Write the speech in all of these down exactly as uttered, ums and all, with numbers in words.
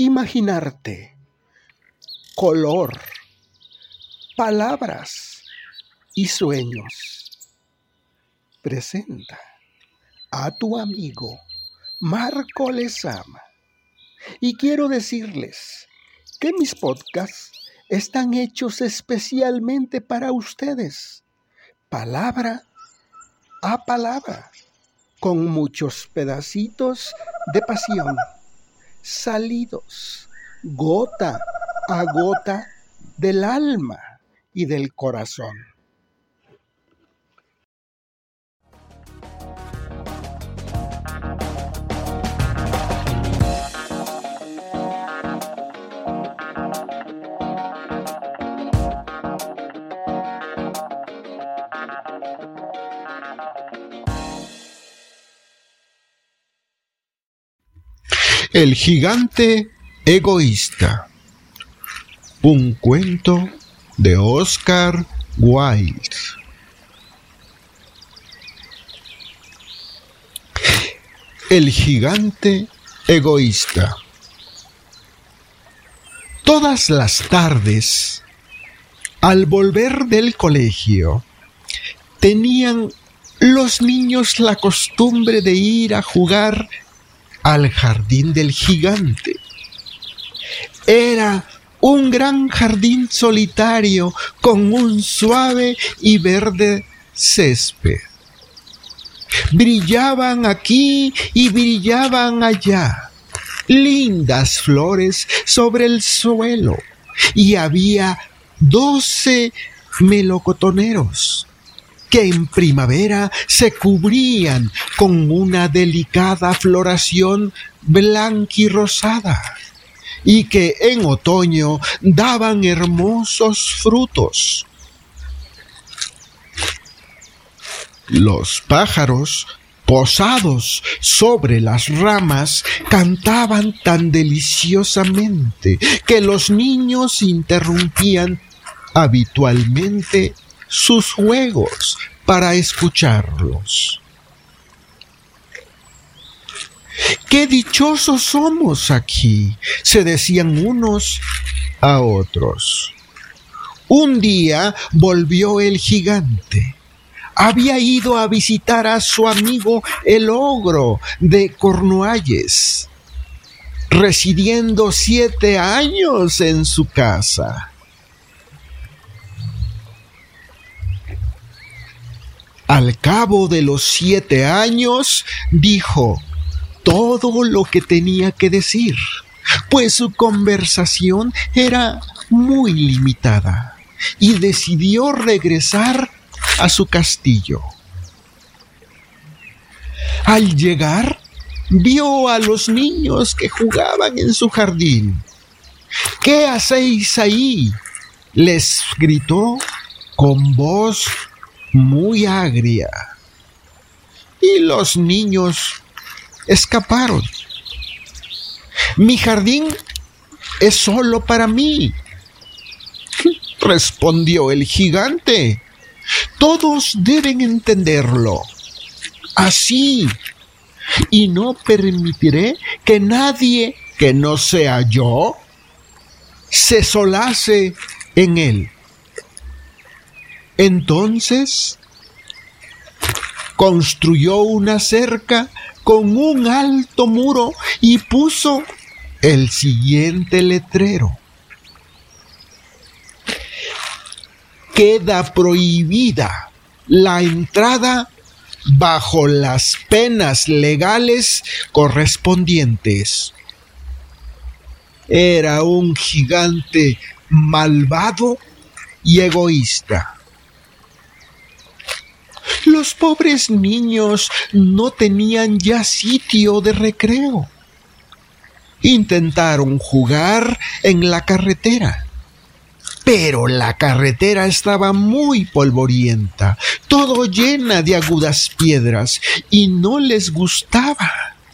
imaginarte, color, palabras y sueños. Presenta a tu amigo Marco Lezama. Y quiero decirles que mis podcasts están hechos especialmente para ustedes, palabra a palabra, con muchos pedacitos de pasión, salidos gota a gota del alma y del corazón. El gigante egoísta. Un cuento de Oscar Wilde. El gigante egoísta. Todas las tardes, al volver del colegio, tenían los niños la costumbre de ir a jugar al jardín del gigante. Era un gran jardín solitario con un suave y verde césped. Brillaban aquí y brillaban allá lindas flores sobre el suelo, y había doce melocotoneros que en primavera se cubrían con una delicada floración blanquirrosada y que en otoño daban hermosos frutos. Los pájaros, posados sobre las ramas, cantaban tan deliciosamente que los niños interrumpían habitualmente sus juegos para escucharlos. ¡Qué dichosos somos aquí!, se decían unos a otros. Un día volvió el gigante. Había ido a visitar a su amigo el ogro de Cornualles, residiendo siete años en su casa. Al cabo de los siete años, dijo todo lo que tenía que decir, pues su conversación era muy limitada, y decidió regresar a su castillo. Al llegar, vio a los niños que jugaban en su jardín. «¿Qué hacéis ahí?», les gritó con voz muy agria. Y los niños escaparon. «Mi jardín es solo para mí», respondió el gigante. «Todos deben entenderlo así, y no permitiré que nadie que no sea yo se solace en él». Entonces construyó una cerca con un alto muro y puso el siguiente letrero: «Queda prohibida la entrada bajo las penas legales correspondientes». Era un gigante malvado y egoísta. Los pobres niños no tenían ya sitio de recreo. Intentaron jugar en la carretera, pero la carretera estaba muy polvorienta, todo llena de agudas piedras, y no les gustaba.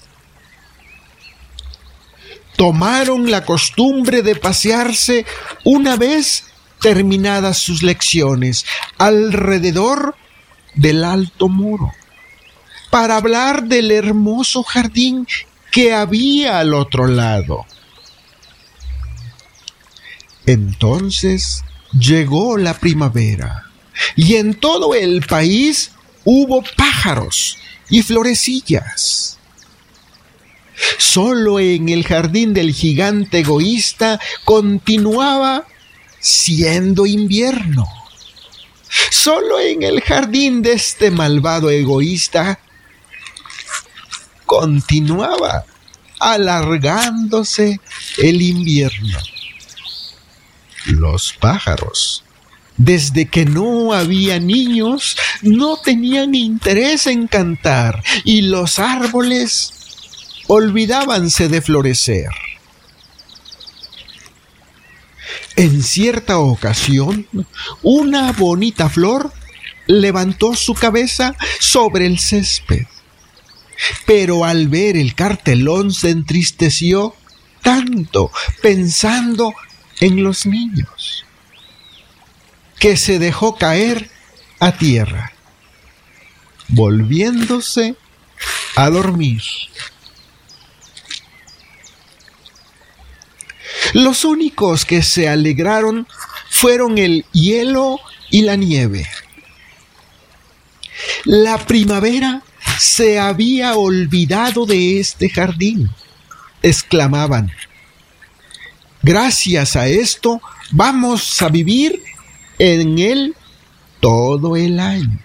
Tomaron la costumbre de pasearse una vez terminadas sus lecciones alrededor del alto muro, para hablar del hermoso jardín que había al otro lado. Entonces llegó la primavera y en todo el país hubo pájaros y florecillas. Solo en el jardín del gigante egoísta continuaba siendo invierno. Solo en el jardín de este malvado egoísta continuaba alargándose el invierno. Los pájaros, desde que no había niños, no tenían interés en cantar, y los árboles olvidábanse de florecer. En cierta ocasión, una bonita flor levantó su cabeza sobre el césped, pero al ver el cartelón se entristeció tanto pensando en los niños, que se dejó caer a tierra, volviéndose a dormir. Los únicos que se alegraron fueron el hielo y la nieve. La primavera se había olvidado de este jardín, exclamaban. Gracias a esto vamos a vivir en él todo el año.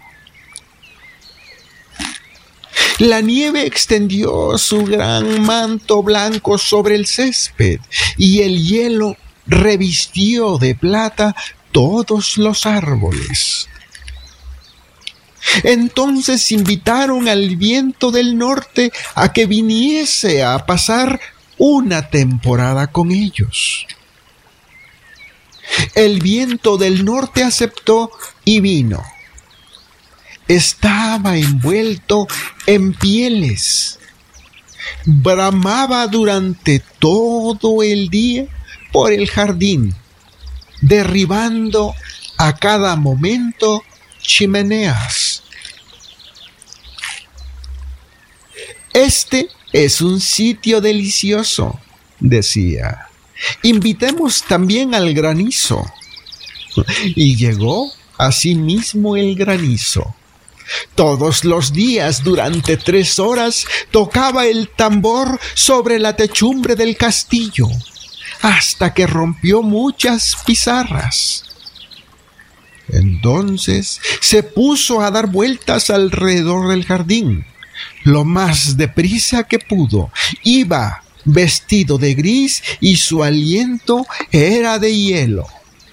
La nieve extendió su gran manto blanco sobre el césped y el hielo revistió de plata todos los árboles. Entonces invitaron al viento del norte a que viniese a pasar una temporada con ellos. El viento del norte aceptó y vino. Estaba envuelto en pieles. Bramaba durante todo el día por el jardín, derribando a cada momento chimeneas. Este es un sitio delicioso, decía. Invitemos también al granizo. Y llegó asimismo el granizo. Todos los días, durante tres horas, tocaba el tambor sobre la techumbre del castillo, hasta que rompió muchas pizarras. Entonces se puso a dar vueltas alrededor del jardín, lo más deprisa que pudo. Iba vestido de gris y su aliento era de hielo.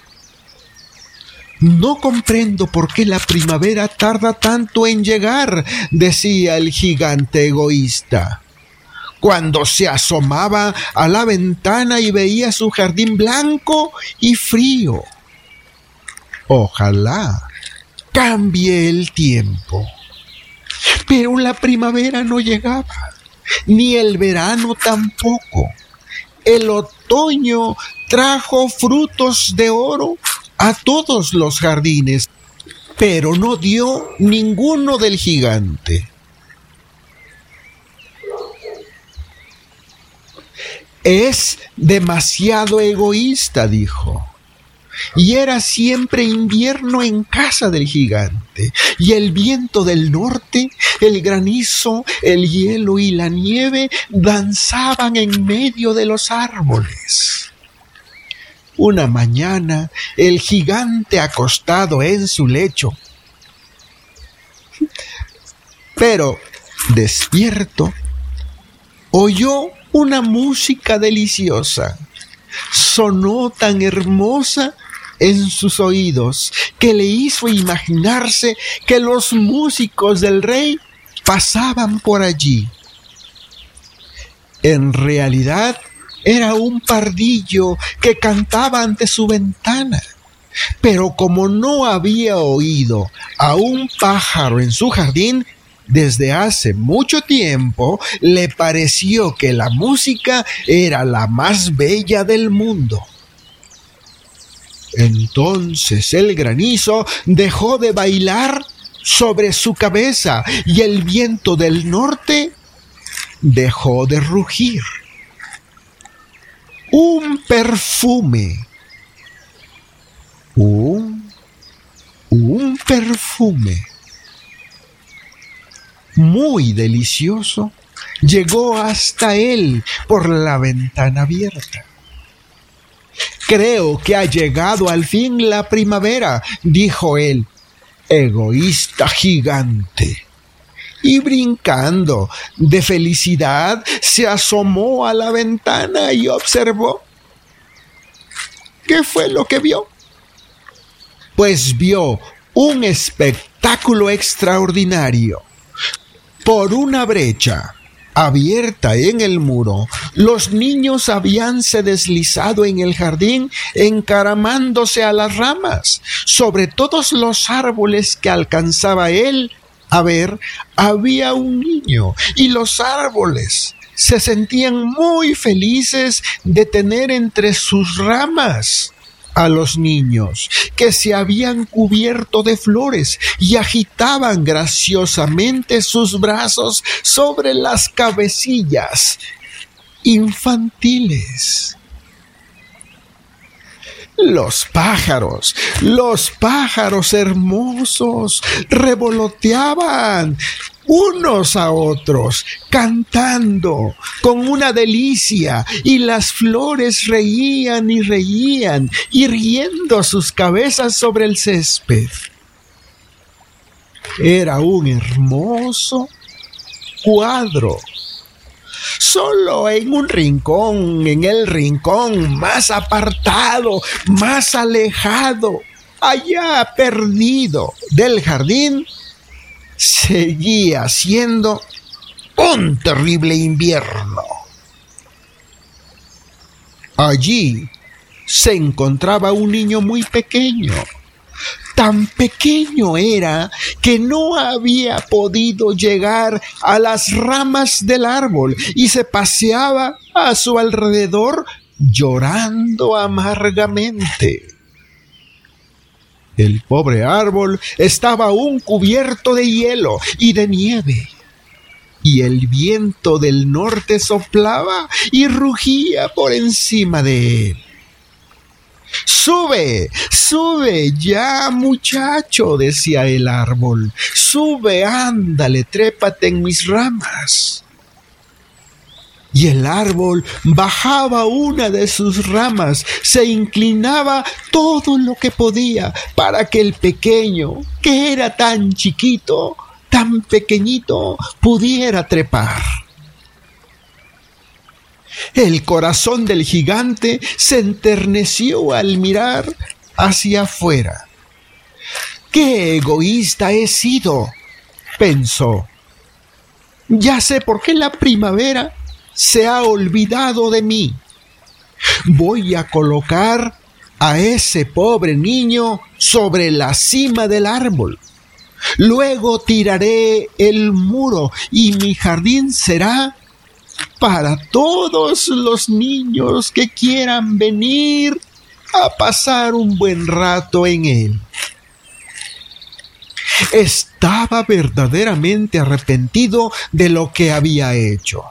No comprendo por qué la primavera tarda tanto en llegar, decía el gigante egoísta, cuando se asomaba a la ventana y veía su jardín blanco y frío. Ojalá cambie el tiempo. Pero la primavera no llegaba, ni el verano tampoco. El otoño trajo frutos de oro a todos los jardines, pero no dio ninguno del gigante. Es demasiado egoísta, dijo. Y era siempre invierno en casa del gigante, y el viento del norte, el granizo, el hielo y la nieve danzaban en medio de los árboles. Una mañana, el gigante acostado en su lecho, pero despierto, oyó una música deliciosa. Sonó tan hermosa en sus oídos que le hizo imaginarse que los músicos del rey pasaban por allí. En realidad, era un pardillo que cantaba ante su ventana, pero como no había oído a un pájaro en su jardín desde hace mucho tiempo, le pareció que la música era la más bella del mundo. Entonces el granizo dejó de bailar sobre su cabeza y el viento del norte dejó de rugir. Un perfume un, un perfume muy delicioso llegó hasta él por la ventana abierta. «Creo que ha llegado al fin la primavera», dijo él, «egoísta gigante». Y brincando de felicidad se asomó a la ventana y observó. ¿Qué fue lo que vio? Pues vio un espectáculo extraordinario. Por una brecha abierta en el muro, los niños habíanse deslizado en el jardín encaramándose a las ramas. Sobre todos los árboles que alcanzaba él a ver, había un niño, y los árboles se sentían muy felices de tener entre sus ramas a los niños, que se habían cubierto de flores y agitaban graciosamente sus brazos sobre las cabecillas infantiles. Los pájaros, los pájaros hermosos, revoloteaban unos a otros, cantando con una delicia, y las flores reían y reían, irguiendo sus cabezas sobre el césped. Era un hermoso cuadro. Solo en un rincón, en el rincón más apartado, más alejado, allá perdido del jardín, seguía siendo un terrible invierno. Allí se encontraba un niño muy pequeño. Tan pequeño era que no había podido llegar a las ramas del árbol y se paseaba a su alrededor llorando amargamente. El pobre árbol estaba aún cubierto de hielo y de nieve, y el viento del norte soplaba y rugía por encima de él. «Sube, sube ya, muchacho», decía el árbol. «Sube, ándale, trépate en mis ramas». Y el árbol bajaba una de sus ramas, se inclinaba todo lo que podía para que el pequeño, que era tan chiquito, tan pequeñito, pudiera trepar. El corazón del gigante se enterneció al mirar hacia afuera. «¡Qué egoísta he sido!», pensó. «Ya sé por qué la primavera se ha olvidado de mí. Voy a colocar a ese pobre niño sobre la cima del árbol. Luego tiraré el muro y mi jardín será para todos los niños que quieran venir a pasar un buen rato en él». Estaba verdaderamente arrepentido de lo que había hecho.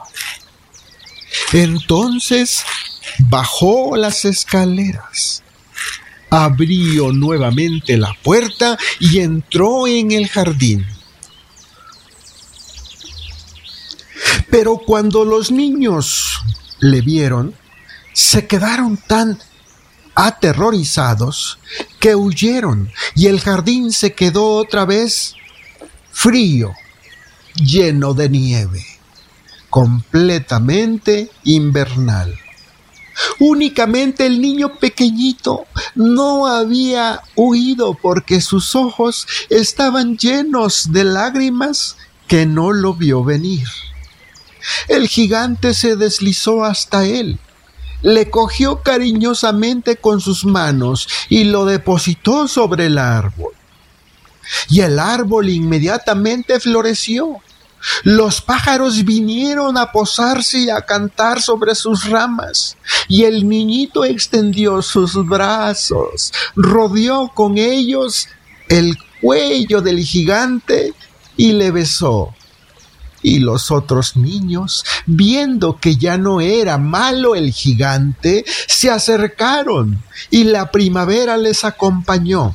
Entonces bajó las escaleras, abrió nuevamente la puerta y entró en el jardín. Pero cuando los niños le vieron, se quedaron tan aterrorizados que huyeron, y el jardín se quedó otra vez frío, lleno de nieve, completamente invernal. Únicamente el niño pequeñito no había huido porque sus ojos estaban llenos de lágrimas que no lo vio venir. El gigante se deslizó hasta él, le cogió cariñosamente con sus manos y lo depositó sobre el árbol. Y el árbol inmediatamente floreció. Los pájaros vinieron a posarse y a cantar sobre sus ramas, y el niñito extendió sus brazos, rodeó con ellos el cuello del gigante y le besó. Y los otros niños, viendo que ya no era malo el gigante, se acercaron y la primavera les acompañó.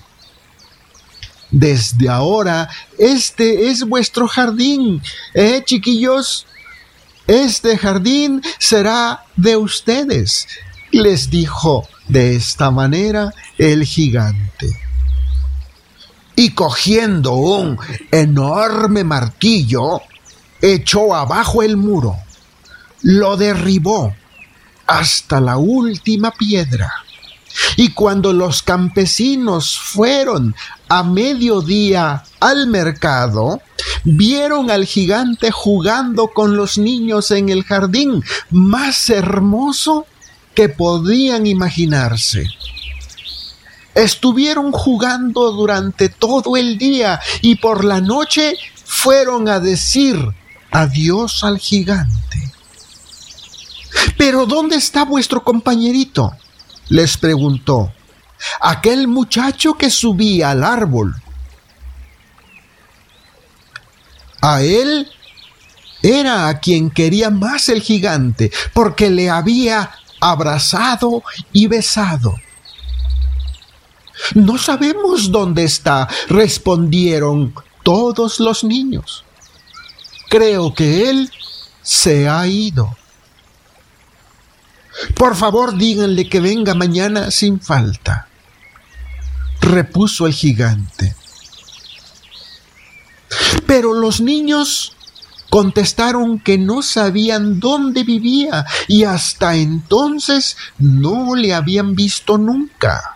Desde ahora, este es vuestro jardín, ¿eh, chiquillos? Este jardín será de ustedes, les dijo de esta manera el gigante. Y cogiendo un enorme martillo, echó abajo el muro, lo derribó hasta la última piedra. Y cuando los campesinos fueron a mediodía al mercado, vieron al gigante jugando con los niños en el jardín más hermoso que podían imaginarse. Estuvieron jugando durante todo el día y por la noche fueron a decir adiós al gigante. «¿Pero dónde está vuestro compañerito?», les preguntó. «Aquel muchacho que subía al árbol». A él era a quien quería más el gigante, porque le había abrazado y besado. «No sabemos dónde está», respondieron todos los niños. «Creo que él se ha ido». «Por favor, díganle que venga mañana sin falta», repuso el gigante. Pero los niños contestaron que no sabían dónde vivía y hasta entonces no le habían visto nunca.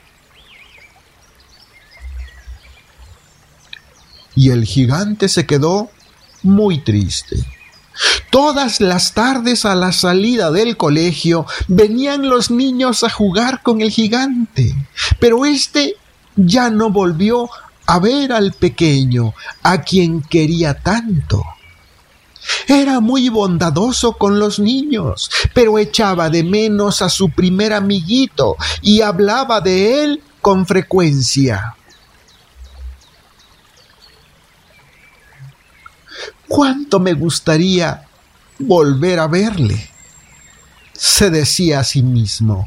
Y el gigante se quedó muy triste. Todas las tardes a la salida del colegio venían los niños a jugar con el gigante, pero éste ya no volvió a ver al pequeño, a quien quería tanto. Era muy bondadoso con los niños, pero echaba de menos a su primer amiguito y hablaba de él con frecuencia. «¿Cuánto me gustaría volver a verle?», se decía a sí mismo.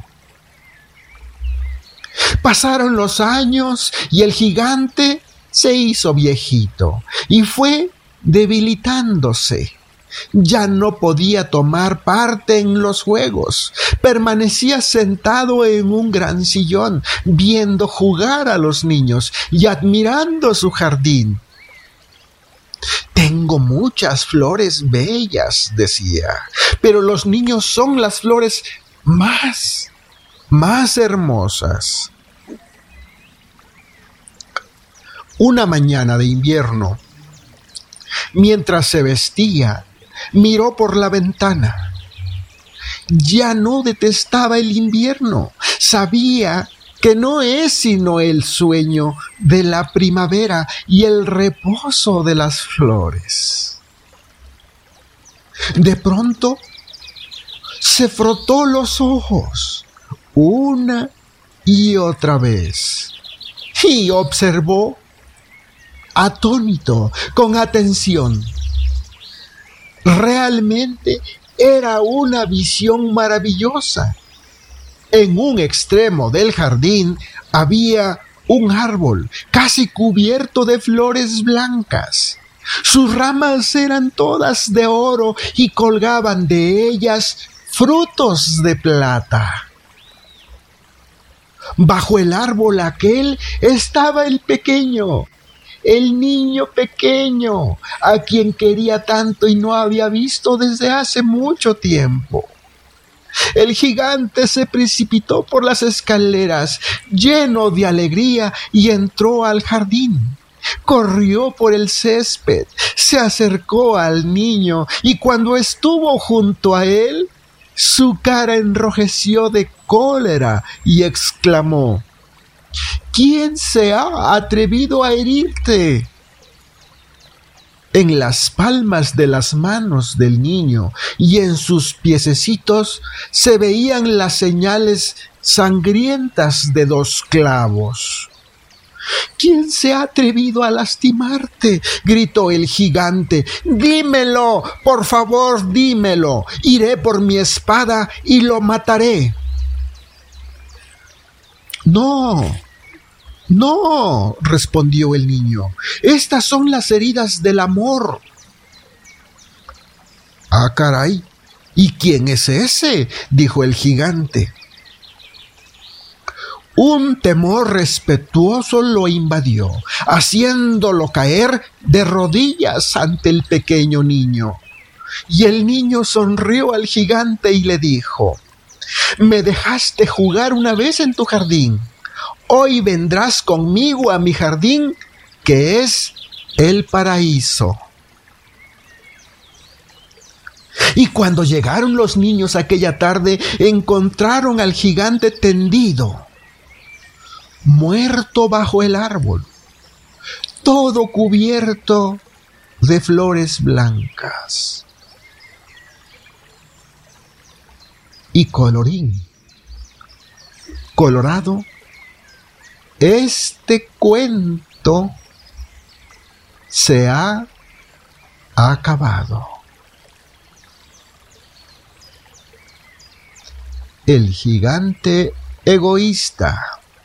Pasaron los años y el gigante se hizo viejito y fue debilitándose. Ya no podía tomar parte en los juegos. Permanecía sentado en un gran sillón, viendo jugar a los niños y admirando su jardín. «Tengo muchas flores bellas», decía, «pero los niños son las flores más, más hermosas». Una mañana de invierno, mientras se vestía, miró por la ventana. Ya no detestaba el invierno. Sabía que no es sino el sueño de la primavera y el reposo de las flores. De pronto, se frotó los ojos una y otra vez y observó atónito, con atención. Realmente era una visión maravillosa. En un extremo del jardín había un árbol casi cubierto de flores blancas. Sus ramas eran todas de oro y colgaban de ellas frutos de plata. Bajo el árbol aquel estaba el pequeño, el niño pequeño, a quien quería tanto y no había visto desde hace mucho tiempo. El gigante se precipitó por las escaleras, lleno de alegría, y entró al jardín. Corrió por el césped, se acercó al niño, y cuando estuvo junto a él, su cara enrojeció de cólera y exclamó: «¿Quién se ha atrevido a herirte?». En las palmas de las manos del niño y en sus piececitos se veían las señales sangrientas de dos clavos. ¿Quién se ha atrevido a lastimarte?, gritó el gigante. Dímelo, por favor, dímelo. Iré por mi espada y lo mataré. No, no, respondió el niño. Estas son las heridas del amor. Ah, caray. ¿Y quién es ese?, dijo el gigante. Un temor respetuoso lo invadió, haciéndolo caer de rodillas ante el pequeño niño. Y el niño sonrió al gigante y le dijo: «Me dejaste jugar una vez en tu jardín. Hoy vendrás conmigo a mi jardín, que es el paraíso». Y cuando llegaron los niños aquella tarde, encontraron al gigante tendido, muerto bajo el árbol, todo cubierto de flores blancas. Y colorín colorado, este cuento se ha acabado. El gigante egoísta,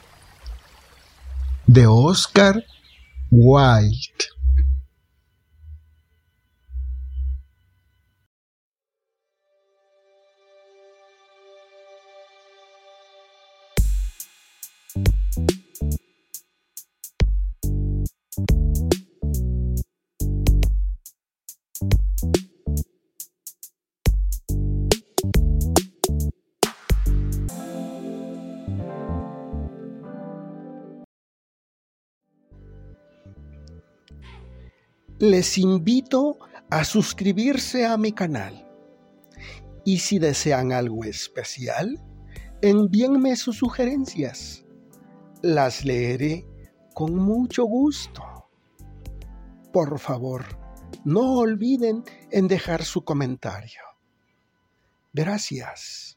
de Oscar Wilde. Les invito a suscribirse a mi canal. Y si desean algo especial, envíenme sus sugerencias. Las leeré con mucho gusto. Por favor, no olviden en dejar su comentario. Gracias.